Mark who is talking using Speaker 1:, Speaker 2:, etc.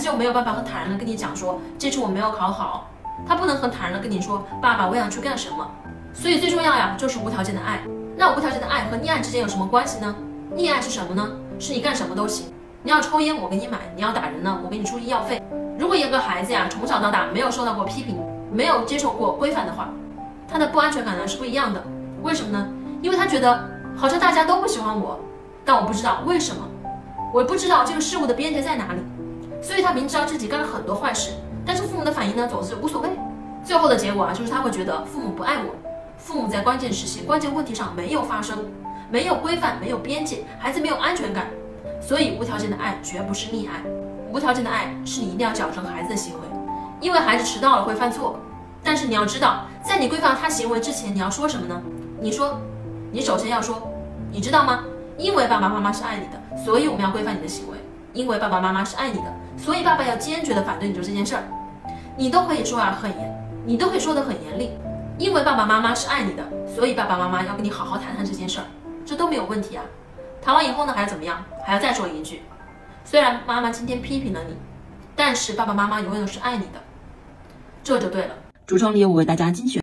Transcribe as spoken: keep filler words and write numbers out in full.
Speaker 1: 就没有办法很坦然的跟你讲说这次我没有考好，他不能很坦然的跟你说爸爸我想去干什么。所以最重要呀就是无条件的爱。那无条件的爱和溺爱之间有什么关系呢？溺爱是什么呢？是你干什么都行，你要抽烟我给你买，你要打人呢我给你出医药费。如果一个孩子呀从小到大没有受到过批评，没有接受过规范的话，他的不安全感呢是不一样的。为什么呢？因为他觉得好像大家都不喜欢我，但我不知道为什么，我不知道这个事物的边界在哪里，所以他明知道自己干了很多坏事，但是父母的反应呢总是无所谓。最后的结果啊就是他会觉得父母不爱我，父母在关键时期关键问题上没有发声，没有规范，没有边界，孩子没有安全感。所以无条件的爱绝不是溺爱，无条件的爱是你一定要矫正孩子的行为。因为孩子迟到了会犯错，但是你要知道在你规范他行为之前你要说什么呢？你说你首先要说，你知道吗？因为爸爸妈妈是爱你的，所以我们要规范你的行为。因为爸爸妈妈是爱你的，所以爸爸要坚决的反对你做这件事儿。你都可以说啊很严，你都可以说得很严厉。因为爸爸妈妈是爱你的，所以爸爸妈妈要跟你好好谈谈这件事儿，这都没有问题啊。谈完以后呢还要怎么样？还要再说一句，虽然妈妈今天批评了你，但是爸爸妈妈永远都是爱你的，这就对了。
Speaker 2: 橱窗里有我为大家精选